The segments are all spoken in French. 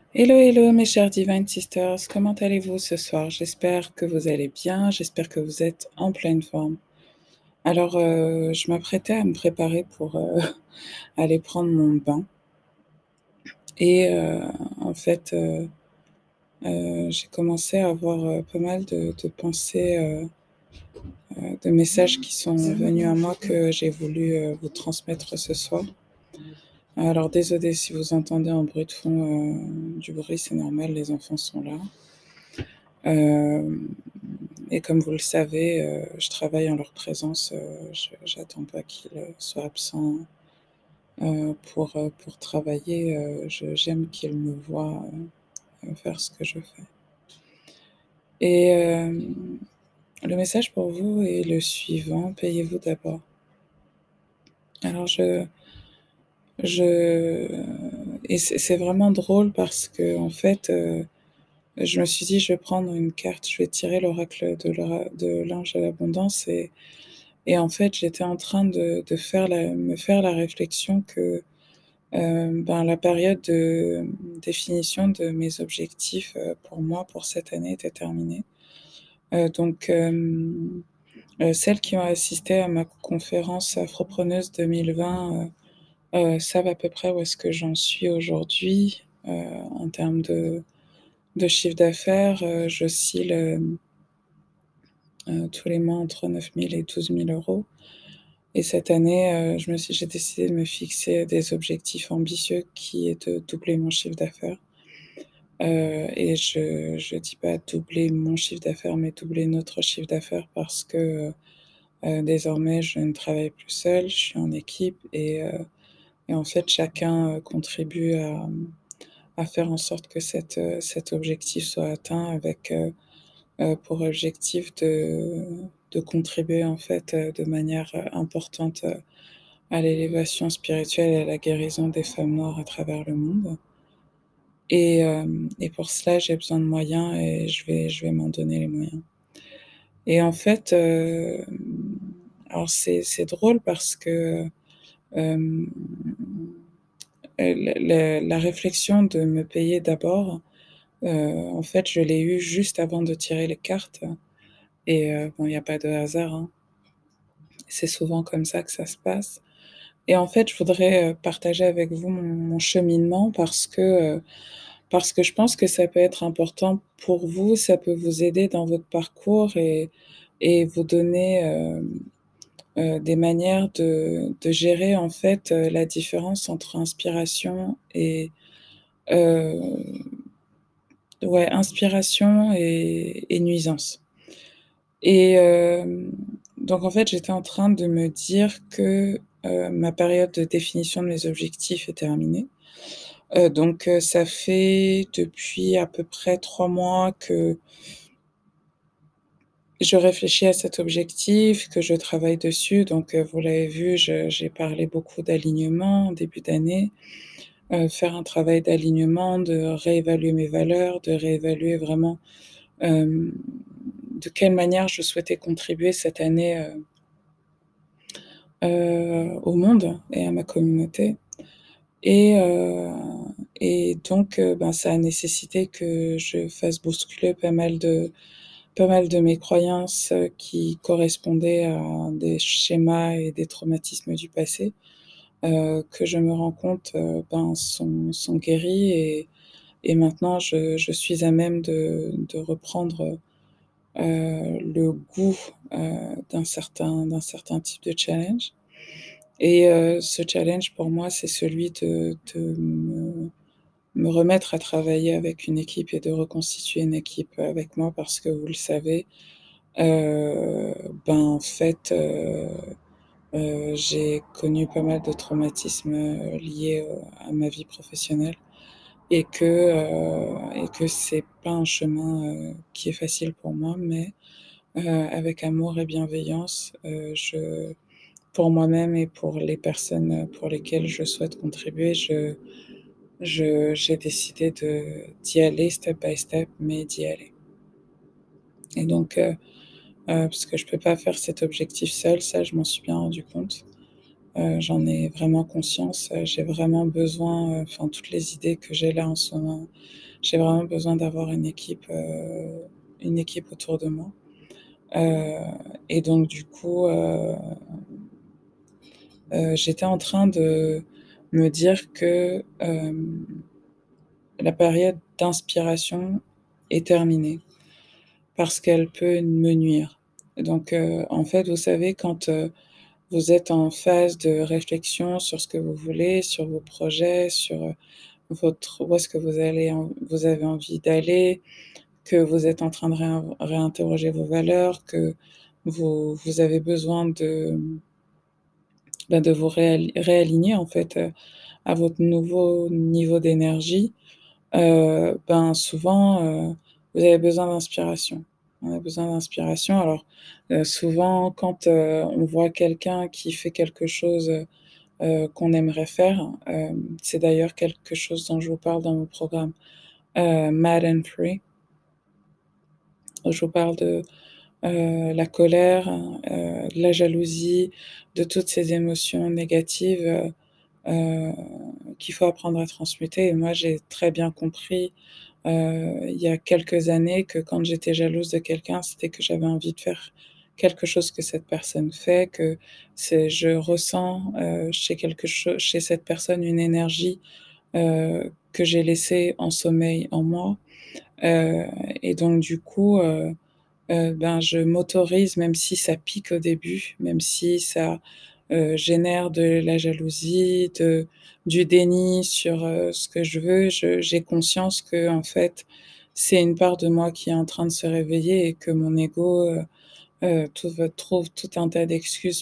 Hello, hello mes chers Divine Sisters, comment allez-vous ce soir? J'espère que vous allez bien, j'espère que vous êtes en pleine forme. Alors, je m'apprêtais à me préparer pour aller prendre mon bain et en fait, j'ai commencé à avoir pas mal de pensées, de messages qui sont venus à moi que j'ai voulu vous transmettre ce soir. Alors, désolé si vous entendez un bruit de fond, du bruit, c'est normal, les enfants sont là. Et comme vous le savez, je travaille en leur présence, j'attends pas qu'ils soient absents pour travailler. J'aime qu'ils me voient faire ce que je fais. Et le message pour vous est le suivant, payez-vous d'abord. Alors et c'est vraiment drôle parce que en fait, je me suis dit, je vais prendre une carte, je vais tirer l'oracle de l'ange de l'abondance et en fait, j'étais en train de me faire la réflexion que ben, la période de définition de mes objectifs pour moi, pour cette année, était terminée. Donc, celles qui ont assisté à ma conférence Afropreneuse 2020 savent à peu près où est-ce que j'en suis aujourd'hui en termes de chiffre d'affaires. J'oscille tous les mois entre 9 000 et 12 000 euros. Et cette année, j'ai décidé de me fixer des objectifs ambitieux qui est de doubler mon chiffre d'affaires. Et je dis pas doubler mon chiffre d'affaires, mais doubler notre chiffre d'affaires parce que désormais, je ne travaille plus seule, je suis en équipe et en fait, chacun contribue à faire en sorte que cet objectif soit atteint avec pour objectif de contribuer en fait de manière importante à l'élévation spirituelle et à la guérison des femmes noires à travers le monde. Et pour cela, j'ai besoin de moyens et je vais m'en donner les moyens. Et en fait, alors c'est drôle parce que euh, la réflexion de me payer d'abord, en fait, je l'ai eue juste avant de tirer les cartes. Et bon, il n'y a pas de hasard, hein. C'est souvent comme ça que ça se passe. Et en fait, je voudrais partager avec vous mon cheminement parce que je pense que ça peut être important pour vous, ça peut vous aider dans votre parcours et vous donner des manières de gérer en fait la différence entre inspiration et euh, ouais, inspiration et nuisance. Et donc en fait, j'étais en train de me dire que ma période de définition de mes objectifs est terminée. Donc ça fait depuis à peu près 3 mois que je réfléchis à cet objectif, que je travaille dessus. Donc vous l'avez vu, j'ai parlé beaucoup d'alignement en début d'année. Faire un travail d'alignement, de réévaluer mes valeurs, de réévaluer vraiment euh, de quelle manière je souhaitais contribuer cette année au monde et à ma communauté. Et, euh, et donc, ben, ça a nécessité que je fasse bousculer pas mal de mes croyances qui correspondaient à des schémas et des traumatismes du passé, que je me rends compte ben, sont guéris et maintenant je suis à même de reprendre le goût d'un certain type de challenge. Et ce challenge pour moi, c'est celui de me remettre à travailler avec une équipe et de reconstituer une équipe avec moi parce que vous le savez, euh, ben en fait, j'ai connu pas mal de traumatismes liés à ma vie professionnelle et que c'est pas un chemin qui est facile pour moi, mais avec amour et bienveillance, pour moi-même et pour les personnes pour lesquelles je souhaite contribuer, j'ai décidé d'y aller step by step, mais d'y aller. Et donc, parce que je peux pas faire cet objectif seul, ça, je m'en suis bien rendu compte. J'en ai vraiment conscience, j'ai vraiment besoin, enfin toutes les idées que j'ai là en ce moment, j'ai vraiment besoin d'avoir une équipe autour de moi. Heu et donc du coup, j'étais en train de me dire que, la période d'inspiration est terminée parce qu'elle peut me nuire. Donc en fait, vous savez quand, vous êtes en phase de réflexion sur ce que vous voulez, sur vos projets, sur, votre où est-ce que vous avez envie d'aller, que vous êtes en train de réinterroger vos valeurs, que vous avez besoin de vous réaligner en fait, à votre nouveau niveau d'énergie, ben, souvent, vous avez besoin d'inspiration. On a besoin d'inspiration. Alors, souvent quand, on voit quelqu'un qui fait quelque chose, qu'on aimerait faire, c'est d'ailleurs quelque chose dont je vous parle dans mon programme, Mad and Free, où je vous parle de, la colère, de la jalousie, de toutes ces émotions négatives, heu, qu'il faut apprendre à transmuter et moi, j'ai très bien compris, il y a quelques années que quand j'étais jalouse de quelqu'un, c'était que j'avais envie de faire quelque chose que cette personne fait, que c'est je ressens, chez cette personne une énergie, que j'ai laissée en sommeil en moi, heu et donc du coup, ben, je m'autorise, même si ça pique au début, même si ça, génère de la jalousie, du déni sur, ce que je veux, j'ai conscience que en fait, c'est une part de moi qui est en train de se réveiller et que mon ego, trouve tout un tas d'excuses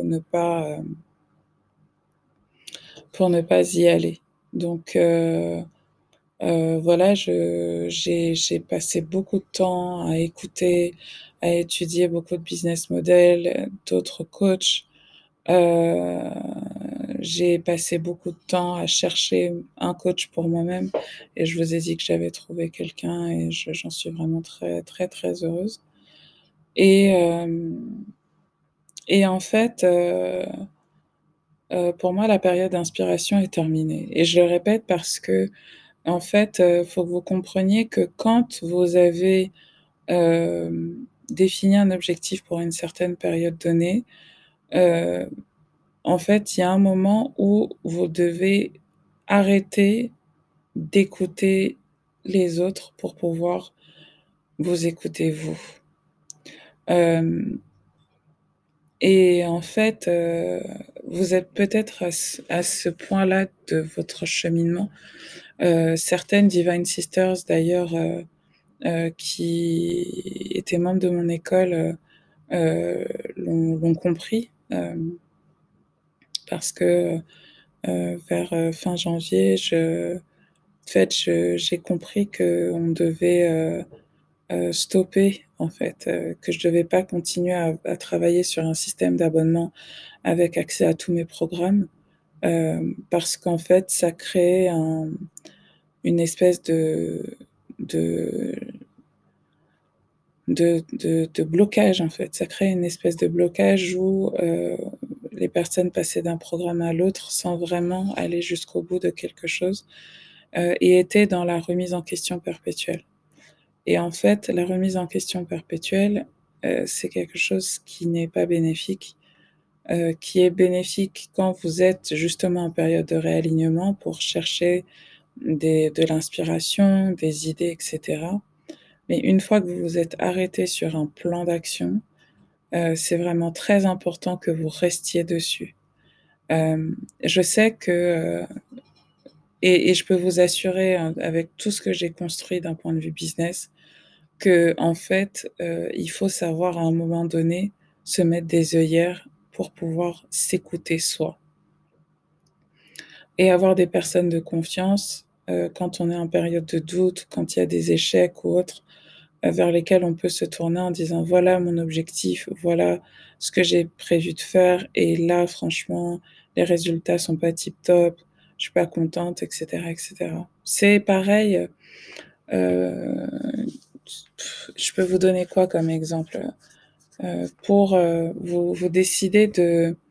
pour ne pas y aller. Donc voilà, j'ai passé beaucoup de temps à écouter, à étudier beaucoup de business models, d'autres coachs. Heu, j'ai passé beaucoup de temps à chercher un coach pour moi-même et je vous ai dit que j'avais trouvé quelqu'un et j'en suis vraiment très, très, très heureuse et en fait, pour moi, la période d'inspiration est terminée et je le répète parce que en fait, faut que vous compreniez que quand vous avez, défini un objectif pour une certaine période donnée, heu, en fait, il y a un moment où vous devez arrêter d'écouter les autres pour pouvoir vous écouter vous. Hem et en fait, vous êtes peut-être à ce point-là de votre cheminement. Certaines Divine Sisters d'ailleurs, qui étaient membres de mon école, l'ont compris, parce que, vers, fin janvier, en fait, j'ai compris qu'on devait, stopper, en fait, que je devais pas continuer à travailler sur un système d'abonnement avec accès à tous mes programmes, parce qu'en fait, ça créait une espèce de de blocage, en fait. Ça crée une espèce de blocage où, les personnes passaient d'un programme à l'autre sans vraiment aller jusqu'au bout de quelque chose, et étaient dans la remise en question perpétuelle et en fait, la remise en question perpétuelle, c'est quelque chose qui n'est pas bénéfique, qui est bénéfique quand vous êtes justement en période de réalignement pour chercher de l'inspiration, des idées et cetera. Mais une fois que vous vous êtes arrêté sur un plan d'action, c'est vraiment très important que vous restiez dessus. Je sais que, et je peux vous assurer, avec tout ce que j'ai construit d'un point de vue business, que en fait, il faut savoir à un moment donné se mettre des œillères pour pouvoir s'écouter soi et avoir des personnes de confiance, quand on est en période de doute, quand il y a des échecs ou autres, vers lesquels on peut se tourner en disant: «Voilà mon objectif, voilà ce que j'ai prévu de faire et là franchement, les résultats sont pas tip top, je suis pas contente» et cetera et cetera. C'est pareil, heu, je peux vous donner quoi comme exemple? Pour, vous décidez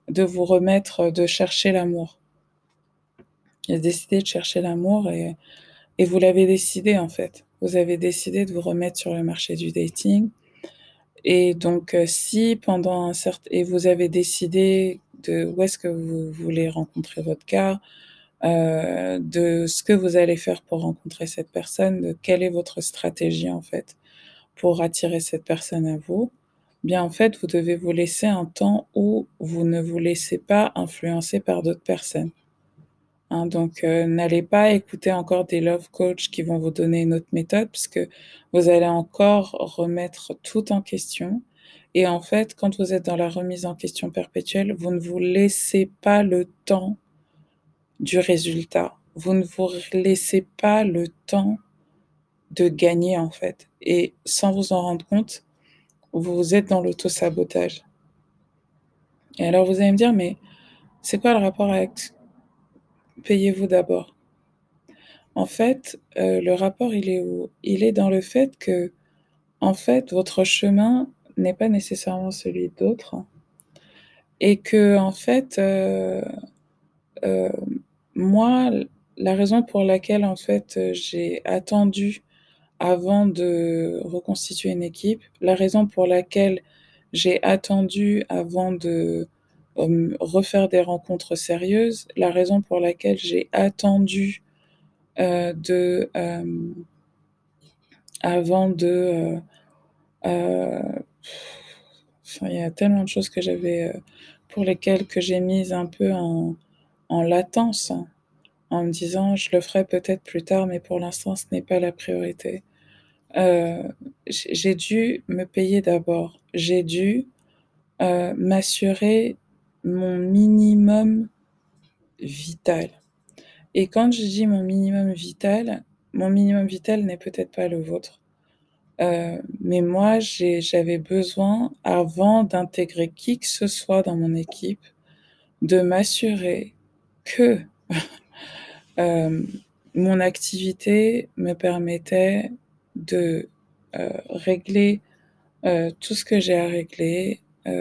de vous remettre, de chercher l'amour. Et décider de chercher l'amour et vous l'avez décidé, en fait. Vous avez décidé de vous remettre sur le marché du dating et donc si pendant un certain et vous avez décidé de où est-ce que vous voulez rencontrer votre gars, de ce que vous allez faire pour rencontrer cette personne, de quelle est votre stratégie, en fait, pour attirer cette personne à vous. Bien, en fait, vous devez vous laisser un temps où vous ne vous laissez pas influencer par d'autres personnes. Hein, donc n'allez pas écouter encore des love coachs qui vont vous donner une autre méthode puisque vous allez encore remettre tout en question et en fait, quand vous êtes dans la remise en question perpétuelle, vous ne vous laissez pas le temps du résultat. Vous ne vous laissez pas le temps de gagner, en fait et sans vous en rendre compte, vous êtes dans l'auto-sabotage et alors vous allez me dire: «Mais c'est quoi le rapport avec payez-vous d'abord?» En fait, le rapport, il est où? Il est dans le fait que, en fait, votre chemin n'est pas nécessairement celui d'autres et qu'en fait, heu, moi, la raison pour laquelle, en fait, j'ai attendu avant de reconstituer une équipe, la raison pour laquelle j'ai attendu avant de, refaire des rencontres sérieuses, la raison pour laquelle j'ai attendu, de, avant de, heu, enfin, il y a tellement de choses que j'avais, pour lesquelles que j'ai mises un peu en latence, hein, en me disant: «Je le ferai peut-être plus tard, mais pour l'instant, ce n'est pas la priorité». Heu, j'ai dû me payer d'abord. J'ai dû, m'assurer mon minimum vital et quand je dis mon minimum vital n'est peut-être pas le vôtre. Mais moi, j'avais besoin, avant d'intégrer qui que ce soit dans mon équipe, de m'assurer que, hem, mon activité me permettait de, régler, tout ce que j'ai à régler,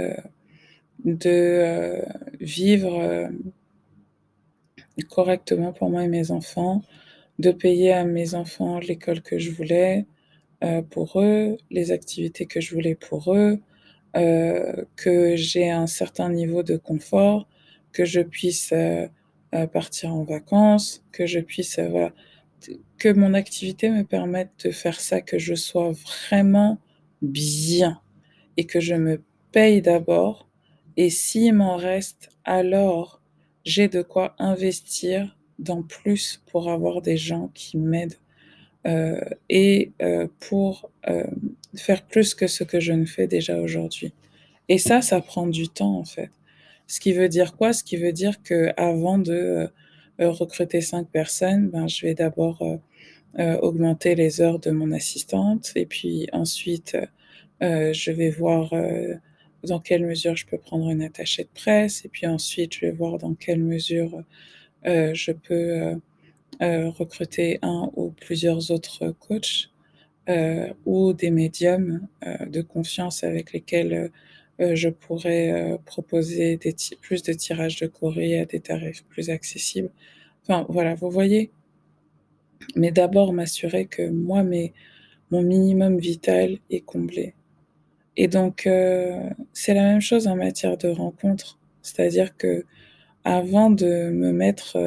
de, vivre, correctement pour moi et mes enfants, de payer à mes enfants l'école que je voulais, pour eux, les activités que je voulais pour eux, que j'ai un certain niveau de confort, que je puisse, partir en vacances, que je puisse, voilà, t que mon activité me permette de faire ça, que je sois vraiment bien et que je me paye d'abord et s'il m'en reste, alors j'ai de quoi investir dans plus pour avoir des gens qui m'aident, et pour, faire plus que ce que je ne fais déjà aujourd'hui. Et ça prend du temps, en fait. Ce qui veut dire quoi? Ce qui veut dire qu'avant de, recruter 5 personnes, ben, je vais d'abord, augmenter les heures de mon assistante et puis ensuite, je vais voir, dans quelle mesure je peux prendre une attachée de presse et puis ensuite je vais voir dans quelle mesure, je peux, recruter un ou plusieurs autres coachs, ou des médiums, de confiance avec lesquels, je pourrais, proposer des ti plus de tirages de courrier à des tarifs plus accessibles. Enfin, voilà, vous voyez? Mais d'abord m'assurer que moi, mon minimum vital est comblé et donc c'est la même chose en matière de rencontres. C'est-à-dire qu'avant de me mettre,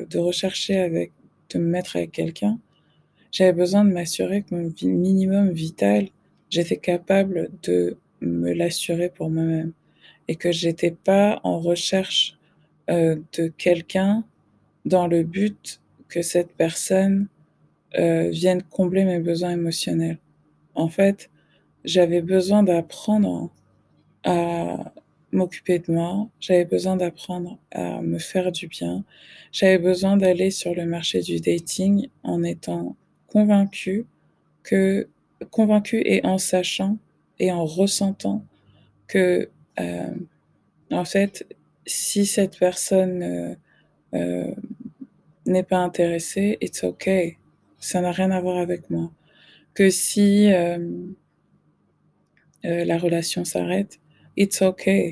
de me mettre avec quelqu'un, j'avais besoin de m'assurer que mon minimum vital, j'étais capable de me l'assurer pour moi-même et que j'étais pas en recherche, de quelqu'un dans le but que cette personne, vienne combler mes besoins émotionnels. En fait, j'avais besoin d'apprendre à m'occuper de moi, j'avais besoin d'apprendre à me faire du bien, j'avais besoin d'aller sur le marché du dating en étant convaincue que convaincue et en sachant et en ressentant que, en fait, si cette personne, heu, n'est pas intéressée, it's okay. Ça n'a rien à voir avec moi. Que si, la relation s'arrête, it's okay.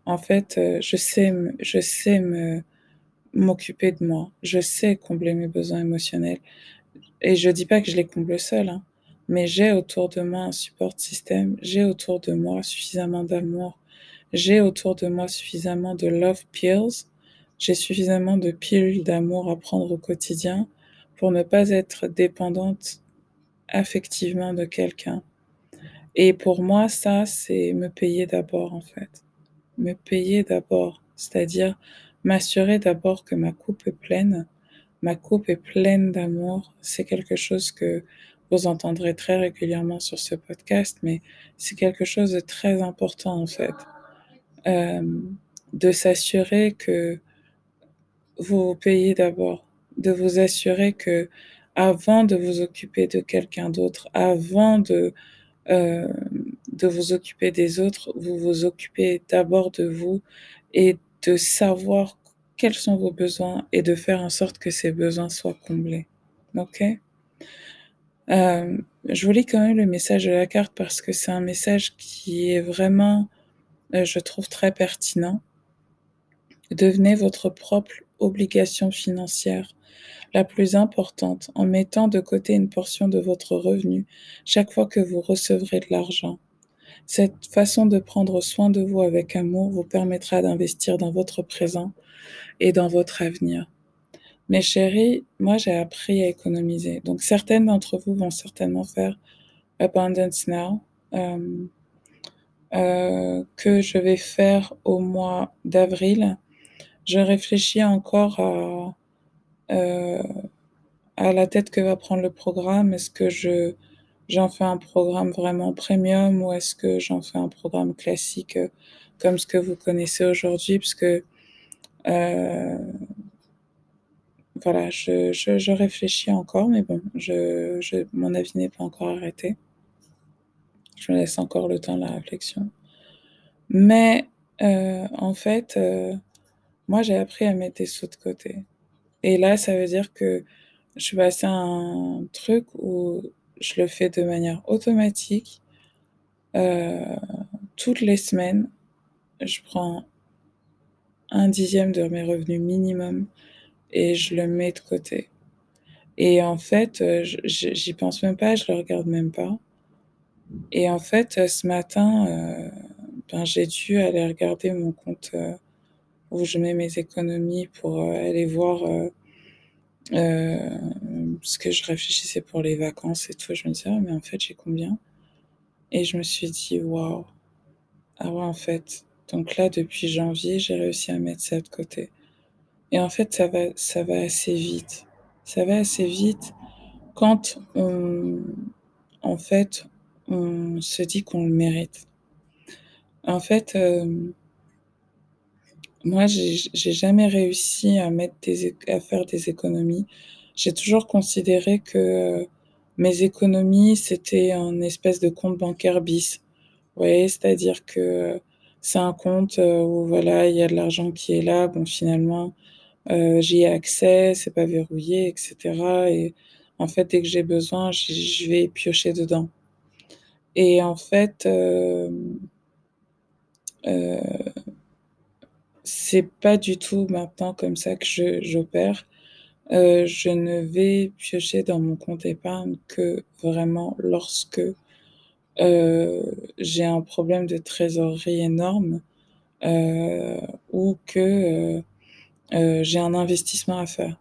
En fait, je sais m'occuper de moi. Je sais combler mes besoins émotionnels et je dis pas que je les comble seule, hein, mais j'ai autour de moi un support system, j'ai autour de moi suffisamment d'amour, j'ai autour de moi suffisamment de love pills, j'ai suffisamment de pilules d'amour à prendre au quotidien pour ne pas être dépendante affectivement de quelqu'un. Et pour moi, ça, c'est me payer d'abord, en fait. Me payer d'abord, c'est-à-dire m'assurer d'abord que ma coupe est pleine. Ma coupe est pleine d'amour. C'est quelque chose que vous entendrez très régulièrement sur ce podcast, mais c'est quelque chose de très important, en fait. Euh, de s'assurer que vous vous payez d'abord, de vous assurer que avant de vous occuper de quelqu'un d'autre, avant euh, de vous occuper des autres, vous vous occupez d'abord de vous et de savoir quels sont vos besoins et de faire en sorte que ces besoins soient comblés. Ok? Je vous lis quand même le message de la carte parce que c'est un message qui est vraiment, je trouve, très pertinent. Devenez votre propre obligation financière la plus importante en mettant de côté une portion de votre revenu chaque fois que vous recevrez de l'argent. Cette façon de prendre soin de vous avec amour vous permettra d'investir dans votre présent et dans votre avenir. Mes chéris, moi j'ai appris à économiser. Donc certaines d'entre vous vont certainement faire Abundance Now, euh, que je vais faire au mois d'avril. Je réfléchis encore euh, à la tête que va prendre le programme. Est-ce que j'en fais un programme vraiment premium ou est-ce que j'en fais un programme classique comme ce que vous connaissez aujourd'hui? Parce que voilà, je réfléchis encore, mais bon, mon avis n'est pas encore arrêté. Je me laisse encore le temps de la réflexion. Mais en fait, moi j'ai appris à mettre des sous de côté. Et là, ça veut dire que je suis passée à un truc où je le fais de manière automatique. Euh, Toutes les semaines, je prends un dixième de mes revenus minimum et je le mets de côté. Et en fait, j'y pense même pas, je le regarde même pas. Et en fait, ce matin, ben, j'ai dû aller regarder mon compte où je mets mes économies pour aller voir ce que je réfléchissais pour les vacances et tout. Je me disais, ah, mais en fait, j'ai combien? Et je me suis dit, waouh, ah ouais, en fait. Donc là, depuis janvier, j'ai réussi à mettre ça de côté. Et en fait, ça va assez vite. Ça va assez vite quand en fait, on se dit qu'on le mérite. En fait, moi, j'ai jamais réussi à à faire des économies. J'ai toujours considéré que mes économies, c'était un espèce de compte bancaire bis. Vous voyez, c'est-à-dire que c'est un compte où voilà, il y a de l'argent qui est là. Bon, finalement, j'y ai accès, c'est pas verrouillé, etc. Et en fait, dès que j'ai besoin, je vais piocher dedans. Et en fait, euh, c'est pas du tout maintenant comme ça que j'opère. Je ne vais piocher dans mon compte épargne que vraiment lorsque j'ai un problème de trésorerie énorme euh, ou que j'ai un investissement à faire.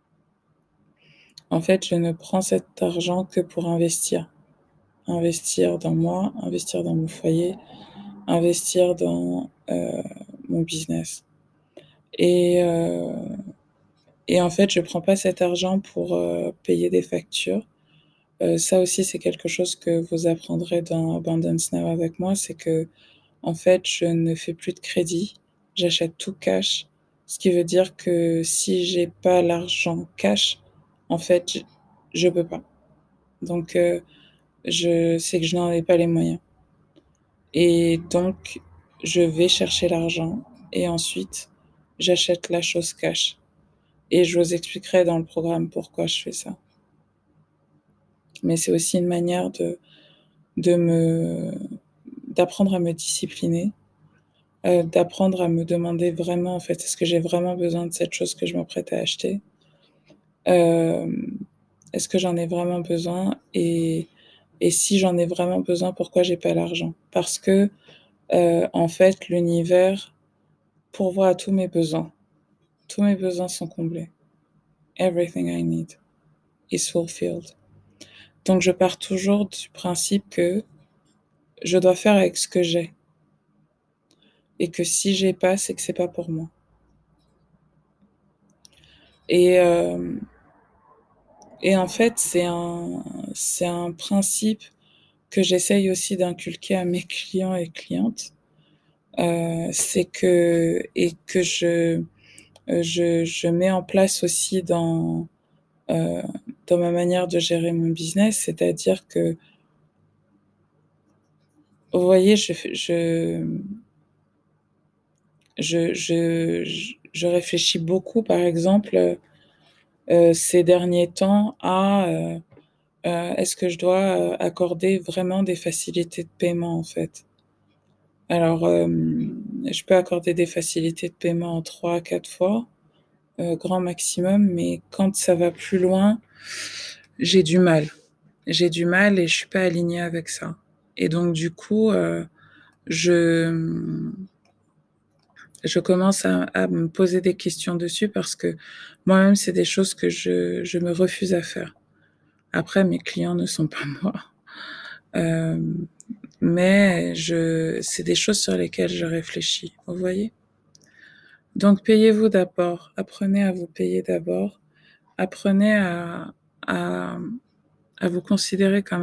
En fait, je ne prends cet argent que pour investir. Investir dans moi, investir dans mon foyer, investir dans mon business. Et, euh, et en fait, je prends pas cet argent pour payer des factures. Ça aussi, c'est quelque chose que vous apprendrez dans Abundance Now avec moi, c'est que en fait, je ne fais plus de crédit, j'achète tout cash, ce qui veut dire que si j'ai pas l'argent cash, en fait, je peux pas. Donc, je sais que je n'en ai pas les moyens. Et donc, je vais chercher l'argent et ensuite, j'achète la chose cash. Et je vous expliquerai dans le programme pourquoi je fais ça. Mais c'est aussi une manière de me, d'apprendre à me discipliner, d'apprendre à me demander vraiment, en fait, est-ce que j'ai vraiment besoin de cette chose que je m'apprête à acheter? Est-ce que j'en ai vraiment besoin? Et si j'en ai vraiment besoin, pourquoi j'ai pas l'argent? Parce que, en fait, l'univers pourvoit à tous mes besoins. Tous mes besoins sont comblés. Everything I need is fulfilled. Donc je pars toujours du principe que je dois faire avec ce que j'ai et que si j'ai pas, c'est que c'est pas pour moi. Et euh, et en fait, c'est un principe que j'essaye aussi d'inculquer à mes clients et clientes. C'est que et que je mets en place aussi euh, dans ma manière de gérer mon business, c'est-à-dire que vous voyez, je réfléchis beaucoup, par exemple, ces derniers temps est-ce que je dois accorder vraiment des facilités de paiement en fait. Alors, je peux accorder des facilités de paiement en 3 à 4 fois, grand maximum, mais quand ça va plus loin, j'ai du mal. J'ai du mal et je suis pas alignée avec ça. Et donc du coup, je je commence à me poser des questions dessus parce que moi-même, c'est des choses que je me refuse à faire. Après, mes clients ne sont pas moi. Euh, mais c'est des choses sur lesquelles je réfléchis, vous voyez? Donc, payez-vous d'abord. Apprenez à vous payer d'abord. Apprenez à, à vous considérer comme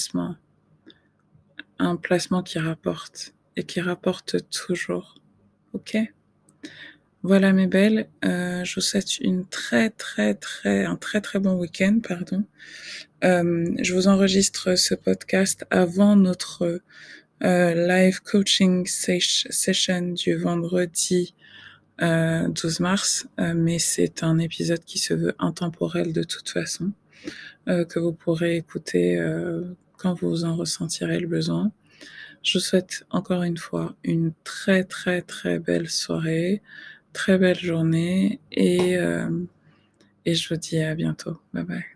un placement qui rapporte et qui rapporte toujours. Ok? Voilà mes belles, je vous souhaite un très très bon week-end, pardon. Je vous enregistre ce podcast avant notre live coaching session du vendredi 12 mars, mais c'est un épisode qui se veut intemporel de toute façon, que vous pourrez écouter quand vous en ressentirez le besoin. Je vous souhaite encore une fois une très très très belle soirée, très belle journée et je vous dis à bientôt. Bye bye.